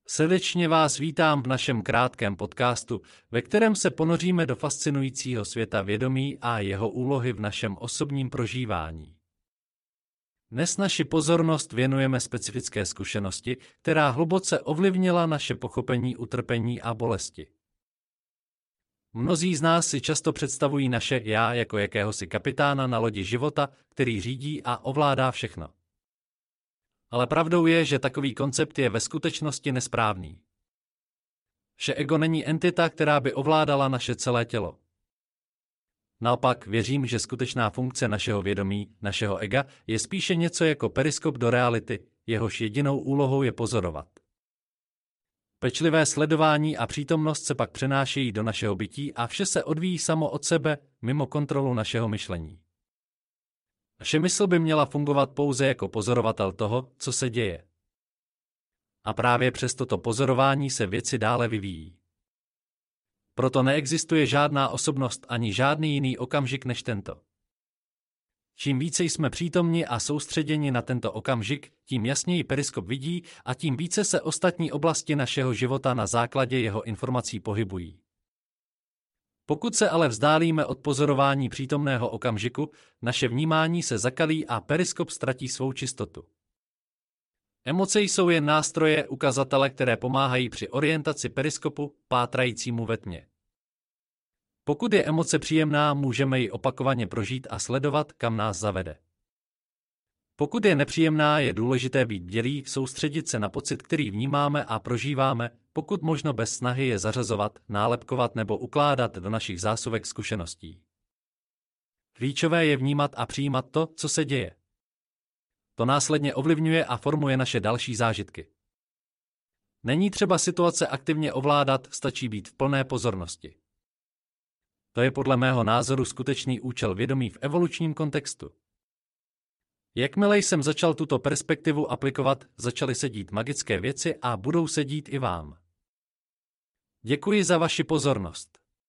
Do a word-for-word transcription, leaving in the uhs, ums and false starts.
Srdečně vás vítám v našem krátkém podcastu, ve kterém se ponoříme do fascinujícího světa vědomí a jeho úlohy v našem osobním prožívání. Dnes naši pozornost věnujeme specifické zkušenosti, která hluboce ovlivnila naše pochopení utrpení a bolesti. Mnozí z nás si často představují naše já jako jakéhosi kapitána na lodi života, který řídí a ovládá všechno. Ale pravdou je, že takový koncept je ve skutečnosti nesprávný. Vše ego není entita, která by ovládala naše celé tělo. Naopak věřím, že skutečná funkce našeho vědomí, našeho ega, je spíše něco jako periskop do reality, jehož jedinou úlohou je pozorovat. Pečlivé sledování a přítomnost se pak přenášejí do našeho bytí a vše se odvíjí samo od sebe, mimo kontrolu našeho myšlení. Naše mysl by měla fungovat pouze jako pozorovatel toho, co se děje. A právě přes toto pozorování se věci dále vyvíjí. Proto neexistuje žádná osobnost ani žádný jiný okamžik než tento. Čím více jsme přítomni a soustředěni na tento okamžik, tím jasněji periskop vidí a tím více se ostatní oblasti našeho života na základě jeho informací pohybují. Pokud se ale vzdálíme od pozorování přítomného okamžiku, naše vnímání se zakalí a periskop ztratí svou čistotu. Emoce jsou jen nástroje, ukazatele, které pomáhají při orientaci periskopu, pátrajícímu ve tmě. Pokud je emoce příjemná, můžeme ji opakovaně prožít a sledovat, kam nás zavede. Pokud je nepříjemná, je důležité být bdělý, soustředit se na pocit, který vnímáme a prožíváme, pokud možno bez snahy je zařazovat, nálepkovat nebo ukládat do našich zásuvek zkušeností. Klíčové je vnímat a přijímat to, co se děje. To následně ovlivňuje a formuje naše další zážitky. Není třeba situace aktivně ovládat, stačí být v plné pozornosti. To je podle mého názoru skutečný účel vědomí v evolučním kontextu. Jakmile jsem začal tuto perspektivu aplikovat, začaly se dít magické věci a budou se dít i vám. Děkuji za vaši pozornost.